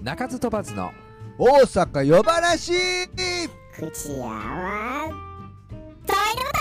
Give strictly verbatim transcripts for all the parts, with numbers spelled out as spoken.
鳴かず飛ばずの大阪夜話。 口やわト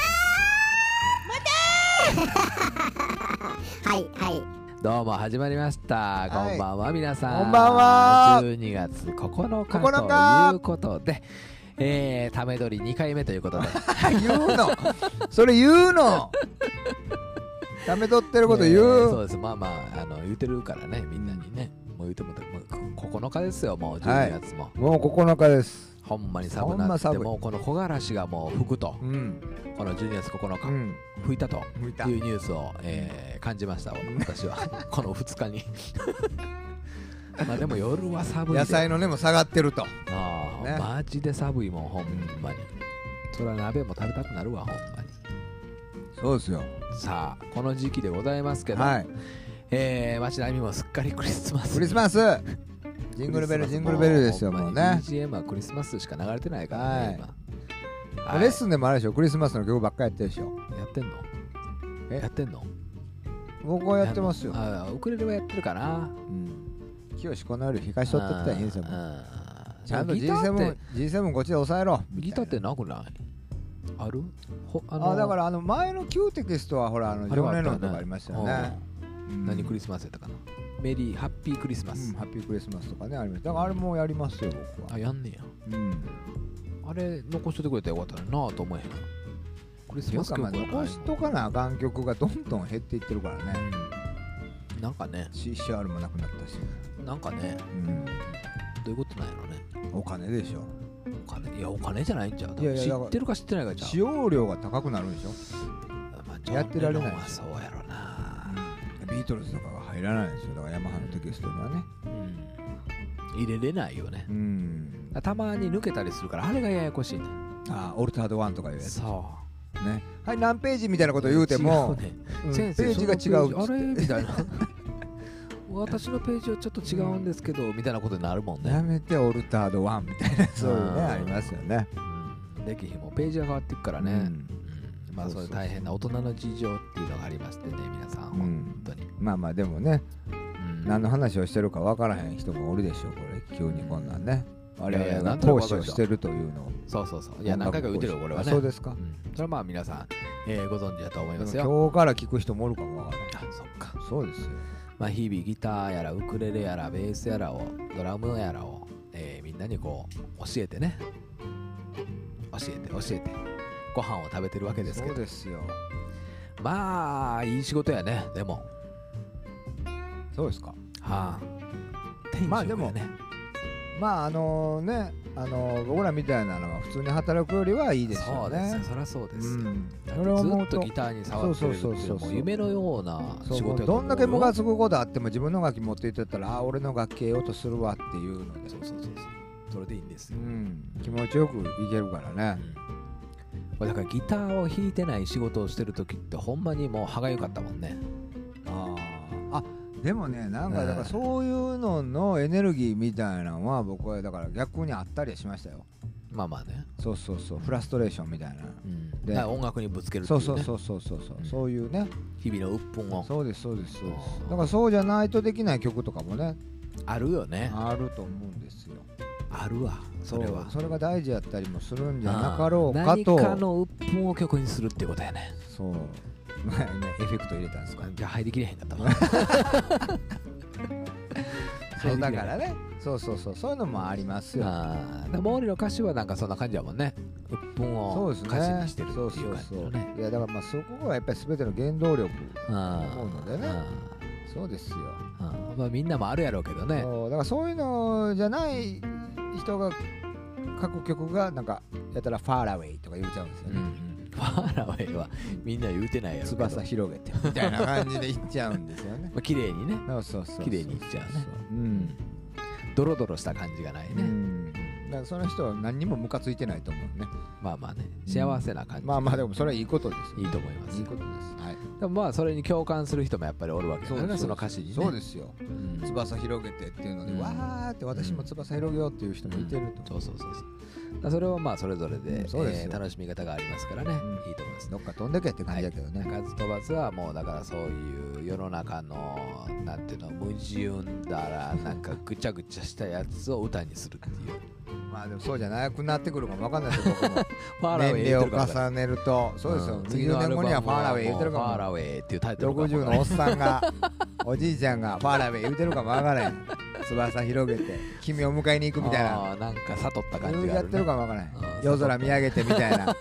イレボタンはいはいどうも始まりました、はい、こんばんは皆さん。 こんばんは。 じゅうにがつここのかここのかということで、えー、ため撮りにかいめということで言うのそれ言うのため取ってること言う、えー、そうです。まあまあ、あの言うてるからね、みんなにね。もう言うてももうここのかですよ、もうじゅうにがつも、はい、 もうここのかです。 ほんまに寒なってもうこの木枯らしがもう吹くと、うん、このじゅうにがつここのか、うん、吹いたというニュースを、えー、感じました私はこのふつかにまあでも夜は寒いで、 野菜の根も下がってると。 ああ、ね、マジで寒いもんほんまに。それは鍋も食べたくなるわほんまに。 そうですよ。 さあこの時期でございますけど、はい、えー、街並みもすっかりクリスマス。 クリスマスジングルベルジングルベルですよもうね。 ビージーエム はクリスマスしか流れてないからね、はい、今、 はい、レッスンでもあるでしょ、クリスマスの曲ばっかりやってるでしょ。 やってんの？えやってんの？ 僕はやってますよ。 ああ、ウクレレはやってるかな。 うん。清しこの夜弾かしとってったらいいんですよ。ちゃんと ジーセブン ジーセブン こっちで抑えろ。 ギターってなくない？ある？ほあのあだからあの前の旧テキストはほらあのジョン・レノンとかありましたよね。 何クリスマスやったかな。メリーハッピークリスマス、 うん、ハッピークリスマスとかねありました。だからあれもやりますよ僕は。 あ、やんねや。うん。あれ残しといてくれたらよかったなと思えへん。クリスマス曲は残しとかなあかん曲がどんどん減っていってるからね。 うん、なんかねシーシーアール もなくなったし、 なんかね、うん、どういうことなんやろね。 お金でしょ。 お金、いやお金じゃないんちゃう。いやいや知ってるか知ってないかじゃん。 使用量が高くなるんでしょ、まあ、やってられないでしょ。 そうやろな、 うん、ビートルズとかが入らないですよ。だからヤマハのテキストにはね、 うん、入れれないよね、うん、たまに抜けたりするからあれがややこしいね。 ああ、オルタードワンとかいうやつ。 そうね、はい何ページみたいなこと言うても、ね、うん、先生ページが違うっつって、あれみたいな私のページはちょっと違うんですけど、うん、みたいなことになるもんね。 やめてオルタードワンみたいなそういうねありますよね、 うん、できひんもページが変わっていくからね、うんうん、まあそれ大変な大人の事情っていうのがありましてね、皆さん本当に、 うん、まあまあでもね、うん、何の話をしてるか分からへん人もおるでしょう。これ急にこんなんね、我々が投資をしてるというのを。 そうそうそう、いや何回か言ってるよこれはね。 そうですか、うん、 それはまあ皆さん、えー、ご存知だと思いますよ。 今日から聞く人もおるかもわからない。 あ、そっか。 そうですよ。 まあ日々ギターやらウクレレやらベースやらをドラムやらを、えー、みんなにこう教えてね、教えて教えてご飯を食べてるわけですけど。 そうですよ。 まあいい仕事やね。でもそうですか。 はあ、天職やね。 まあでもまああのね、あの僕らみたいなのは普通に働くよりはいいですよね。 そうですよ、そりゃそうですよ、うん、 それを思うとずっとギターに触ってるっていうのも夢のような仕事やと思うよ。 どんだけムカつくことあっても自分の楽器持っていってたら、ああ俺の楽器得ようとするわっていうので、 そうそうそうそう、それでいいんですよ、うん、 気持ちよくいけるからね、 うん、だからギターを弾いてない仕事をしてる時ってほんまにもう歯がゆかったもんね。 ああ、でもね、なんかだからそういうののエネルギーみたいなのは僕はだから逆にあったりしましたよ。 まあまあね。 そうそうそう、フラストレーションみたいな、 うん、で音楽にぶつけるっていうね。 そうそうそうそうそう、うん、そういうね日々の鬱憤を。 そうですそうですそうです。だからそうじゃないとできない曲とかもねあるよね。 あると思うんですよ。 あるわ、それは。 それが大事やったりもするんじゃなかろうかと。 何かの鬱憤を曲にするってことやね。 そうまあね、エフェクト入れたんですか。 じゃあ入りきれへんかったわそうだからね、そうそうそう、そういうのもありますよ。 ああ、モーリーの歌詞はなんかそんな感じやもんね。鬱憤を歌詞にしてるっていう感じのね。そうそうそう。 いやだからまあそこがやっぱり全ての原動力と思うのでね。そうですよ。 まあみんなもあるやろうけどね。 そうだからそういうのじゃない人が書く曲がなんかやったらファーラウェイとか言っちゃうんですよね。うんファーラウェイはみんな言うてないやろ。 翼広げてみたいな感じで言っちゃうんですよね。 まあ綺麗にね。 そうそうそう。 綺麗に言っちゃうね。うん。ドロドロした感じがないね。うん。 だからその人は何にもムカついてないと思うね。 まあまあね、幸せな感じ。 まあまあでもそれはいいことです。 いいと思います。 いいことです。はい。 でもまあそれに共感する人もやっぱりおるわけだよね、その歌詞にね。 そうですよ。翼広げてっていうので、わーって私も翼広げようっていう人もいてると。 そうそうそうそう。 それはまあそれぞれで、 うんそうですよえー楽しみ方がありますからね、 うんいいと思います。 どっか飛んでけって感じだけどね、 鳴かず飛ばずはもうだからそういう世の中のなんていうの矛盾だらなんかぐちゃぐちゃしたやつを歌にするっていうまあでもそうじゃなくなってくるかもわかんないですよ僕もファーラウェイ年齢を重ねるとそうですよ、 んにじゅうねんごにはファーラウェイ言ってるファーかラウェイっていうタイトルもろくじゅうのおっさんがおじいちゃんがファーラウェイ言ってるかもわからへん翼広げて君を迎えに行くみたいなあーなんか悟った感じがある、ね、 やってるかもわからへんうん夜空見上げてみたいな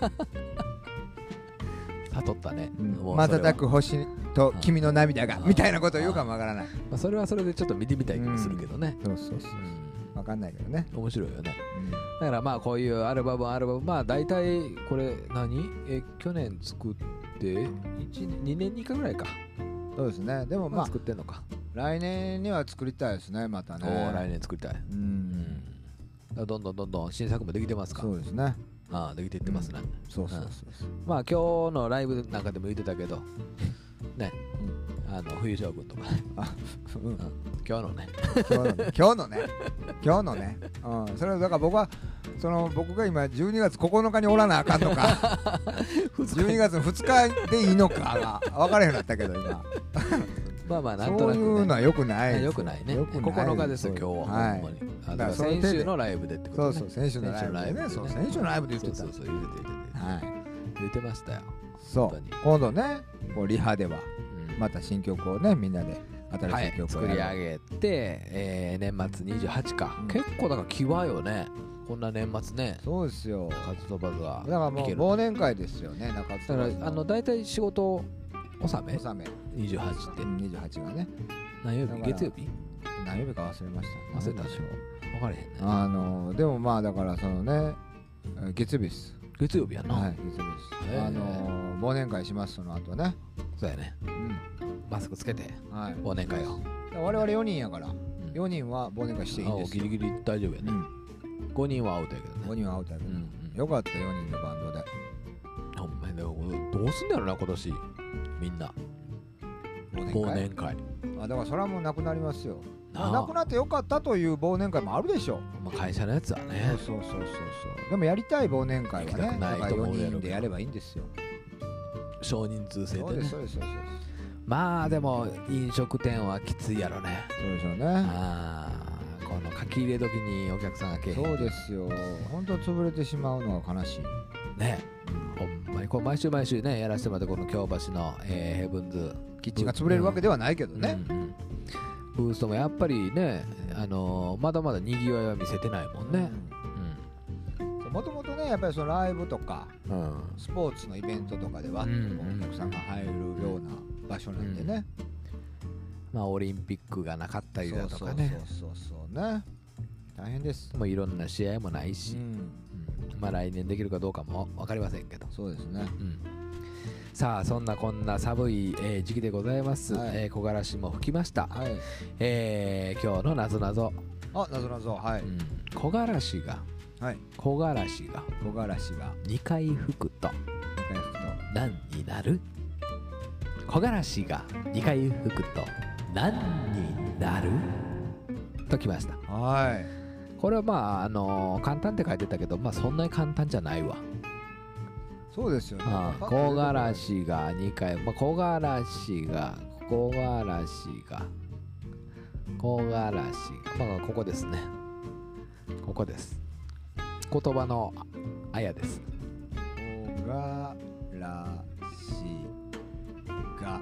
悟ったね、 うんもうそれは瞬く星と君の涙がうんみたいなことを言うかもわからないまあ、それはそれでちょっと見てみたい気もするけどね、 そうそうそううんわかんないけどね、 面白いよね。 うんだからまあこういうアルバムアルバムまあ大体これ何え去年作っていちねんにねんにかぐらいか、 そうですねでもまあ作ってんのか、 来年には作りたいですねまたねおお来年作りたい、 ううんん、だからどんどんどんどん新作もできてますか、 そうですねああできていってますね、 そうそうそうそうまあ今日のライブなんかでも言ってたけどね、あの冬将軍とかね、 あうん今日のね今日のね今日のね今日のねうんそれはだから僕はその僕が今じゅうにがつここのかにおらなあかんのかじゅうにがつのふつかでいいのかが分からへんようになったけど今まあまあなんとそうなく、ね、 いうのはよくないですよくないねよくないここのかですよ今日は、 はいほんまにあだだかかららその手で先週のライブでってことねそうそう先週のライブでね先週のライブでねそう先週のライブで言ってたそうそうそう言うて言うて言うてはい言うてましたよ、 そう本当に今度ねこうリハではうんまた新曲をねみんなではい新しい曲を作りやる上げて、えー、年末にじゅうはちか、 うん結構だから際よねこんな年末ねそうですよカズとバズがだからもういける忘年会ですよね中津だからあの大体仕事納め納めにじゅうはちってにじゅうはちがね何曜だから日月曜日何曜日か忘れました忘れたでしょ分かれへんねあのでもまあだからそのねえ月曜日です月曜日やな、 はい月曜日でへーすあの忘年会しますその後ねそうやねうんマスクつけてはい忘年会を、 我々よにんやからうんよにんは忘年会していいんですよあギリギリ大丈夫やね、 うんごにんはアウトやけどねごにんはアウトやけどうんうんよかったよにんのバンドでほんまにでもどうすんだろうな今年みんな忘年会あだからそれはもうなくなりますよなあなくなってよかったという忘年会もあるでしょまあ、会社のやつはそうねそうそうそうそうでもやりたい忘年会は行きたくないねだから4 と思うやろうけど人でやればいいんですよ少人数制そうでねですそうですそうですまあでも飲食店はきついやろねそうでしょうねああこの書き入れ時にお客さんが来えへんそうですよ本当潰れてしまうのが悲しいねほんまにこう毎週毎週ねやらせてもらってこの京橋の、えーヘブンズキッチンが潰れるわけではないけどねうんうんブーストもやっぱりね、あのーまだまだにぎわいは見せてないもんねもともとねやっぱりそのライブとかうん、うんスポーツのイベントとかではうんお客さんが入るような場所なんでねまあオリンピックがなかったりそうそうそうだとかねそうそうね大変ですもういろんな試合もないし、 うんうんまあ来年できるかどうかも分かりませんけど、 そうですねうんさあそんなこんな寒い、えー時期でございます、 はいえー木枯らしも吹きました、 はいえー今日のなぞなぞ、 あなぞなぞはいうん木枯らしがはい木枯らしが木枯らしがにかい吹くとにかい吹くと何になる？木枯らしがにかい吹くと何になる？ときました。 はいこれはまああのー簡単って書いてたけどまあそんなに簡単じゃないわ。 そうですよねああ木枯らしがにかい、まあ、木枯らしが木枯らしが木枯らしがまあここですね。ここです。言葉のあやです。 木枯らしが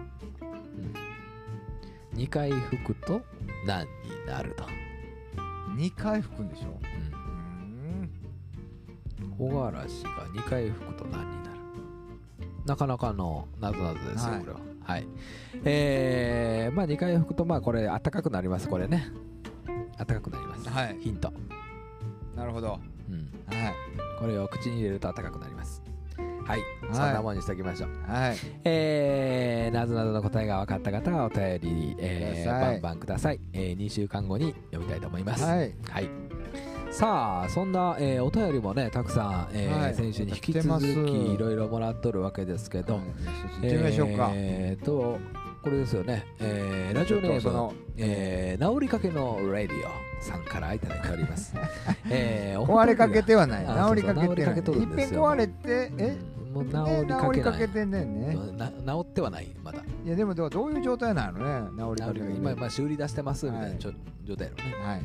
にかい吹くと何になると。 にかい吹くんでしょうんうん木枯らしがにかい吹くと何になる？なかなかのなぞなぞですよ、 はいこれは。はい。えー、まあにかい吹くとまあこれ暖かくなります、これね。暖かくなります。 はいヒント。 なるほどうん。 はいこれを口に入れると暖かくなります。はい。 はいそんなもんにしておきましょう。 はいえー、なぞなぞの答えが分かった方はお便り、えー、 くださいバンバンください。えー、にしゅうかんごに読みたいと思います。 はいはい。さあそんな、えー、お便りもねたくさん、えーはい先週に引き続来てますきいろいろもらっとるわけですけど、 はい一つ行ってみましょうかえーとこれですよね、えー、ラジオネームの、えー、治りかけのラディオさんからいただいております、えー、 壊れかけてはない、治りかけてない、 いっぺん壊れてえもう治りかけない、 治りかけてんねんね、 な治ってはないまだ。 いやでもどういう状態なのね、治りかけて今まあ修理出してますみたいな、はい、状態やろね。 はい。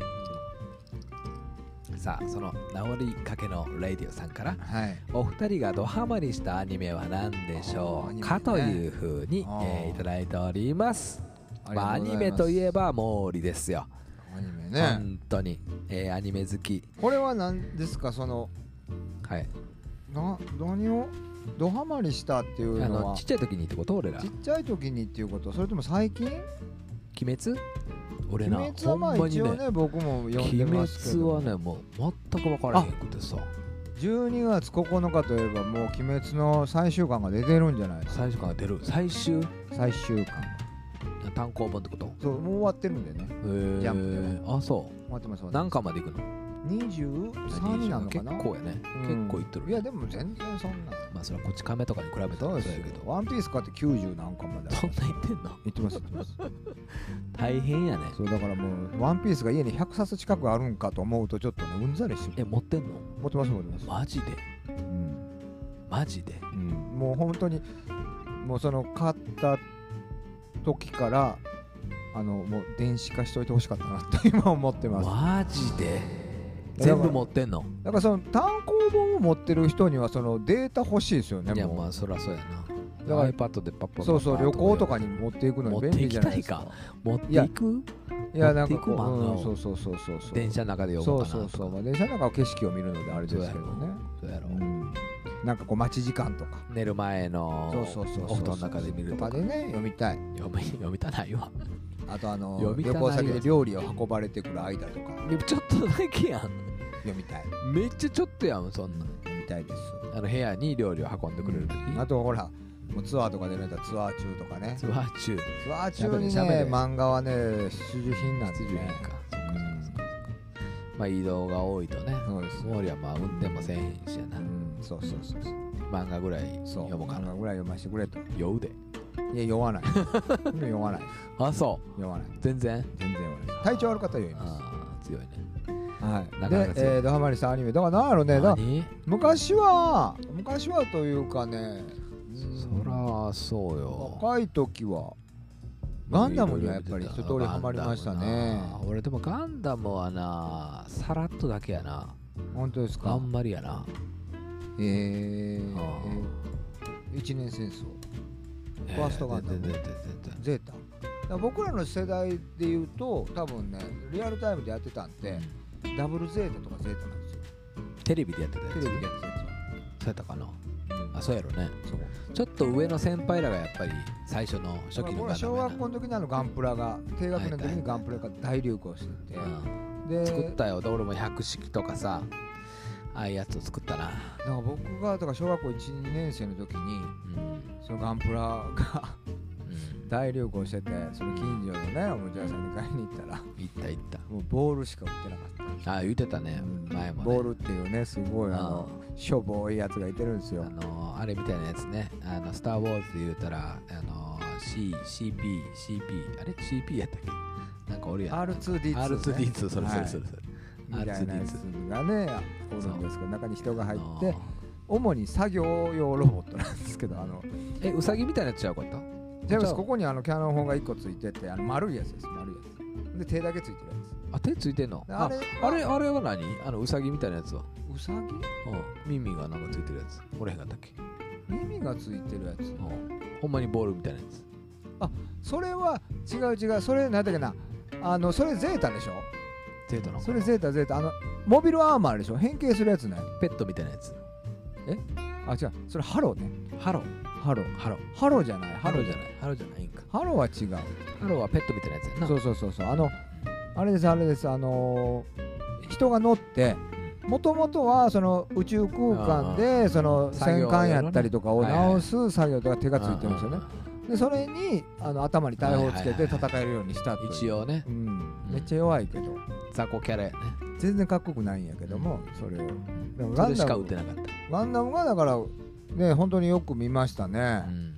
さあその治りかけのラディオさんから、 はい、 お二人がドハマりしたアニメは何でしょうか、ね、というふうに、えー、いただいております。まあ、アニメといえば毛利ですよ。 アニメね。 本当に、えー、アニメ好き。 これは何ですか、そのはいな何をドハマりしたっていうのは、あのちっちゃい時にってこと俺ら。 ちっちゃい時にっていうこと、それとも最近？ 鬼滅？俺な、 鬼滅はまあ一応ね、僕も読んでますけど、 鬼滅はねもう全く分からへんくてさ、 じゅうにがつここのかといえばもう鬼滅の最終巻が出てるんじゃないですか。 最終巻が出る。最終最終巻単行本ってこと？ そう、もう終わってるんでね。 へジャンプでは。あ、そう終わってます。 何巻までいくの？ にじゅうさんになのかな。 結構やね、うん、結構いってる。 いやでも全然そんな、 まあそれはこっち亀とかに比べたらそうやけど、 ワンピース買ってきゅうじゅう何巻まで。 そんな言ってんの？ 言ってます言ってます。 大変やね。 そうだからもうワンピースが家にひゃくさつ近くあるんかと思うとちょっとねうんざりしてる。 え、持ってんの？ 持ってます持ってます。 マジで？うん。マジで？ うん。もう本当にもうその買った時からあのもう電子化しといてほしかったなって今思ってます。 マジで？全部持ってんの？ だからその単行本を持ってる人にはそのデータ欲しいですよね。 いやまあそりゃそうやな。 だから iPad でパッパッパッパッそうそう、旅行とかに持っていくのに便利じゃないですか。 持っていく？ いやなんかこう、うん、そうそうそうそうそう。 電車の中で読むかな。 そうそうそう。まあ電車の中は景色を見るのであれですけどね。 そうやろ。 うん、なんかこう待ち時間とか。 寝る前のお布団の中で見るとか。 とかでね読みたい。 読み読みたないわ。 あとあの旅行先で料理を運ばれてくる間とか。 ちょっとだけやん。 読みたい。 めっちゃちょっとやんそんな。 読みたいです。 あの部屋に料理を運んでくれるとき、 うん、あとほらもうツアーとかでね、ツアー中とかね。 ツアー中。 ツアー中にね漫画はね必需品なんですね。 必需品か。まあ移動が多いとね。 そうです。 毛利はまあ運転もせえへんしやな。 うん、そうそうそうそう。 漫画ぐらい読もうかな。 漫画ぐらい読ませてくれと。 酔うで。 いや酔わない。酔わない。 あ、そう酔わない。 全然全然酔わない。体調悪かったら酔います。 ああ強いね。 はい。で、えー、ドハマりさんアニメだからなんやろね。だ昔は昔はというかね。 そらそうよ。 若い時はガンダムにはやっぱり一通りハマりましたね。 俺でもガンダムはなさらっとだけやな。 本当ですか？ あんまりやな。 えー、一年戦争ファーストガンダムゼータ。僕らの世代でいうと多分ねリアルタイムでやってたんでダブルゼータとかゼータなんですよ。 テレビでやってたやつ。 テレビでやってたやつ。 そうやったかな。あ、そうやろね。 そうちょっと上の先輩らがやっぱり最初の初期のガンダムやな。 小学校の時にあのガンプラが低学年の時にガンプラが大流行してて、 で作ったよ。で俺も百式とかさああいうやつを作ったな。だから僕がだから小学校いち、にねん生の時に、うん、そのガンプラが大流行してて、その近所のねおもちゃ屋さんに買いに行ったら行った行ったもうボールしか売ってなかった。 ああ言ってたね、うん、前もね。 ボールっていうねすごいあのしょぼいやつがいてるんですよ。 あのー、あれみたいなやつね。あのスター・ウォーズで言うたらあのー、C、シーピー、シーピー あれ シーピー やったっけ。なんかおるやん。 アールツーディーツー、ね、 アールツーディーツー それそれそれそれ、はいみたいなやつがねおるんですけど、中に人が入って主に作業用ロボットなんですけど、あのえウサギみたいなやつちゃうかった？ じゃあここにあのキャノン砲がいっこついてて、あの丸いやつです。丸いやつで手だけついてるやつ。 あ、手ついてんの？ あれあれあれは何？あのウサギみたいなやつは。 ウサギ？うん、 耳がなんかついてるやつ。俺へんかったっけ？ 耳がついてるやつ。うん、 ほんまにボールみたいなやつ。 あ、それは違う違う。それなんだっけな。あのそれゼータでしょ？ ゼータのそれゼータゼータあのモビルアーマーでしょ。変形するやつね。 ペットみたいなやつ。 え？あ、違う。それハローね。 ハロー。 ハロー。ハロー。ハローじゃない。 ハローじゃない。ハローじゃないんか。 ハローは違う。 ハローはペットみたいなやつやな。 そうそうそうそう。あのあれですあれですあのー、人が乗ってもともとはその宇宙空間でその戦艦やったりとかを直す作業とか手がついてるんですよね。でそれにあの頭に大砲をつけて戦えるようにしたという。 一応ね、 うん、めっちゃ弱いけど雑魚キャラやね。 全然かっこよくないんやけども、それをでもガンダムしか売ってなかった。 ガンダムがだからね本当によく見ましたね。うん、 、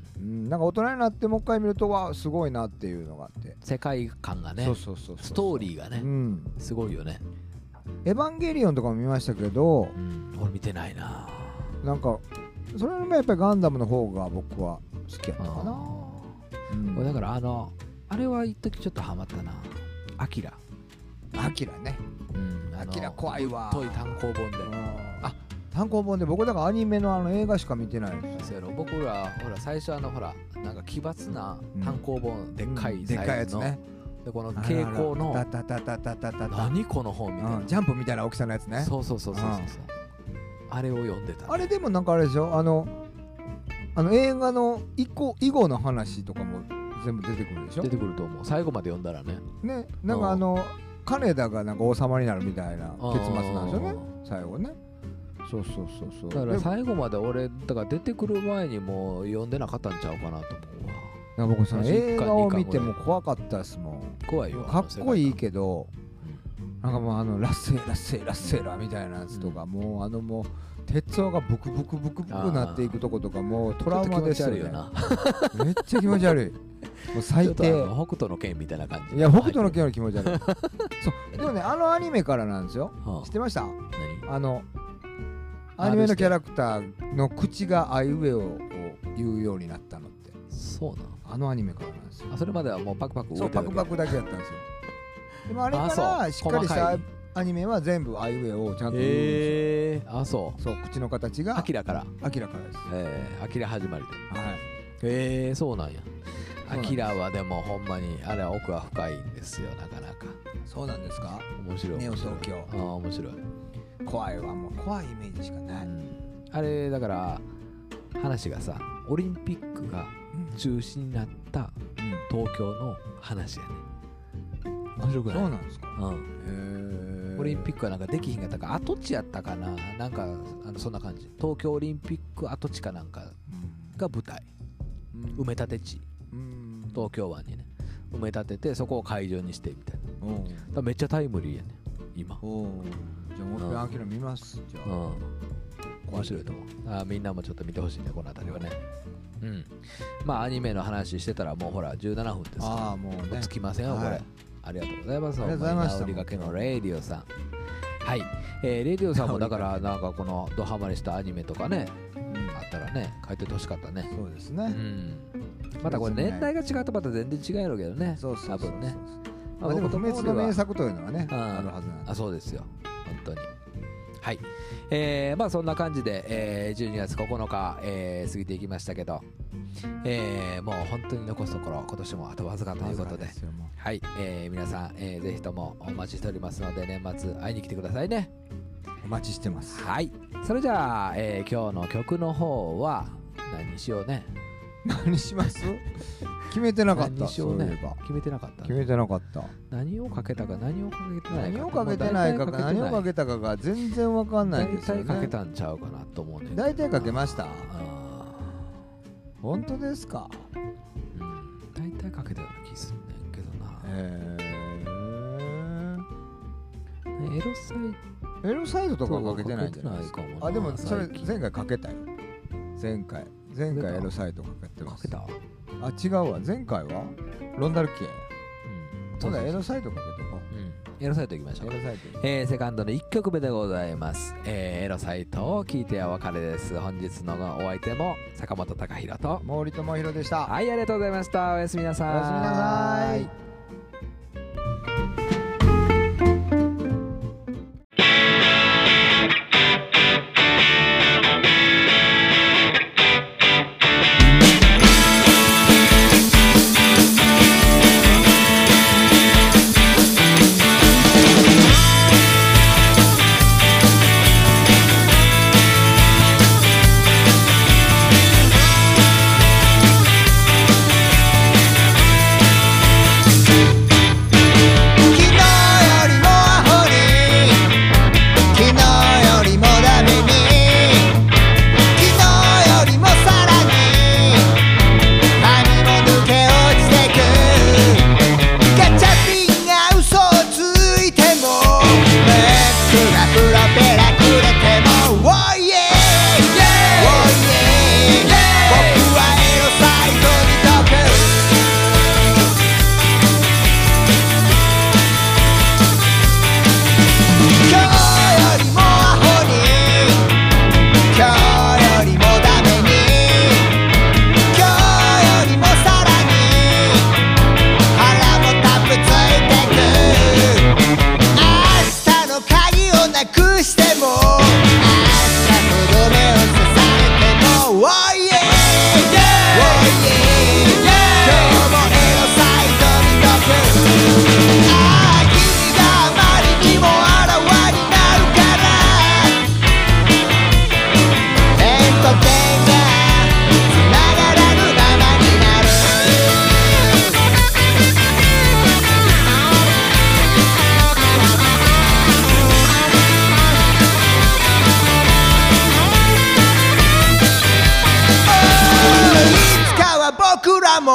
なんか大人になってもう一回見るとわすごいなっていうのがあって、 世界観がね、 そうそうそうそう、 ストーリーがね、 うん、 すごいよね。 エヴァンゲリオンとかも見ましたけど、 うん、俺見てないな。 なんかそれよりもやっぱりガンダムの方が僕は好きやったかな。 うん、だからあのあれは一時ちょっとハマったな。アキラ。 アキラね。うん。アキラ怖いわ。 太い単行本で。 あ、単行本で僕だからアニメのあの映画しか見てないんですよ。 僕らほら最初あのほらなんか奇抜な単行本、うん、でっかいサイズの、うん、でっかいやつね。 でこの蛍光のタタタタタタタ何この本みたいな、 うん、ジャンプみたいな大きさのやつね。 そうそうそうそうそう、うん、あれを読んでた、ね。 あれでもなんかあれでしょ、あのあの映画の以降以後の話とかも全部出てくるでしょ。 出てくると思う。最後まで読んだらね。 ね、なんかあの金田がなんか王様になるみたいな結末なんですよね。最後ね。そうそうそうそう。 だから最後まで俺だから出てくる前にもう読んでなかったんちゃうかなと思うわ。 僕その映画を見ても怖かったですもん。 怖いよ。 かっこいいけど、なんかもうあのラッセーラッセーラッセーラみたいなやつとか、うん、もうあのもう鉄夫がブクブクブクブクなっていくとことかもうトラウマですよね。めっちゃ気持ち悪い。もう最低。 北斗の拳みたいな感じ。 いや北斗の拳より気持ち悪い。そうでもね、あのアニメからなんですよ。はあ、知ってました？何？あのアニメのキャラクターの口があいうえおを言うようになったのって。 そうなの？ あのアニメからなんですよ。 あ、それまではもうパクパク動いてる。 そう、パクパクだけやったんですよ。でもあれからしっかりしたアニメは全部あいうえおをちゃんと言うんですよ。 えー、あ、そう。 そう、口の形がアキラから。 アキラからです。 えー、アキラ始まりで。 はい。 えー、そうなんや。アキラはでもほんまにあれは奥は深いんですよ、なかなか。 そうなんですか？ 面白い。 ネオ東京。 ああ、面白い。 怖いわ、もう怖いイメージしかない。うん、 あれだから話がさ、オリンピックが中止になった東京の話やね。面白くない？ そうなんですか？ うん。へー。オリンピックはなんかできひんかったか跡地やったかな、なんかあのそんな感じ。東京オリンピック跡地かなんかが舞台、うん、埋め立て地、うん、東京湾にね埋め立ててそこを会場にしてみたいな。だからめっちゃタイムリーやね今。 おじゃあもう一回アキラ見ます。じゃあ、 うん、面白いと思う。あ、みんなもちょっと見てほしいね、この辺りはね。うん。まあアニメの話してたらもうほらじゅうななふんですから。 ああ、もうね。 つきませんよ、はい、これ。ありがとうございます。 ありがとうございました。 直りがけのレイディオさん。はい。えー、レイディオさんもだからなんかこのドハマりしたアニメとかね、うん、あったらね、書いててほしかったね。 そうですね。うん。 またこれ年代が違うとまた全然違うやろうけどね。 そうそうそうそう。 多分ね。 まあでも不滅の名作というのはね、あるはずなんで。 あ、そうですよ。本当に。はい。えー、まあそんな感じで、えー、じゅうにがつここのか、えー、過ぎていきましたけど、えー、もう本当に残すところ今年もあとわずかということで、はい、えー、皆さん、えー、ぜひともお待ちしておりますので年末会いに来てくださいね。 お待ちしてます。 はい。それじゃあ、えー、今日の曲の方は何にしようね。 何します？決めてなかった。 何しようね。決めてなかった、ね。 決めてなかった。 何をかけたか何をかけてないか。 何をかけてないかか何をかけたかが全然わかんないですよね。 大体かけたんちゃうかなと思うね。 大体かけました。本当ですか？ うん。大体かけたような気すんねんけどな。 へえ。エロサイト。エロサイトとかかけてないんじゃないですか。あ、でもそれ前回かけたよ。前回。前回エロサイトかけてます。 かけた？ あ、違うわ。前回はロンダル系。うん。そうだ、エロサイトかけとこう。 うん。エロサイト行きましょう。 エロサイト。 えー、セカンドのいっきょくめでございます。えー、エロサイトを聞いてお別れです。本日のお相手も坂本隆弘と毛利智弘でした。 はい、ありがとうございました。おやすみなさい。 おやすみなさい。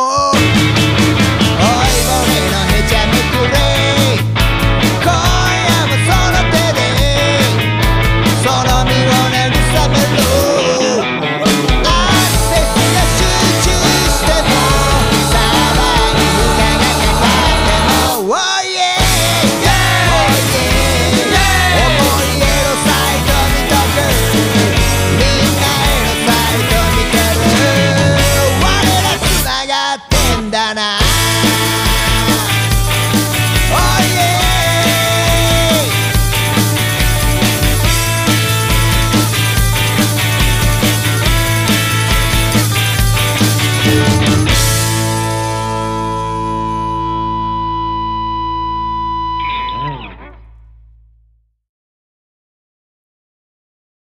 も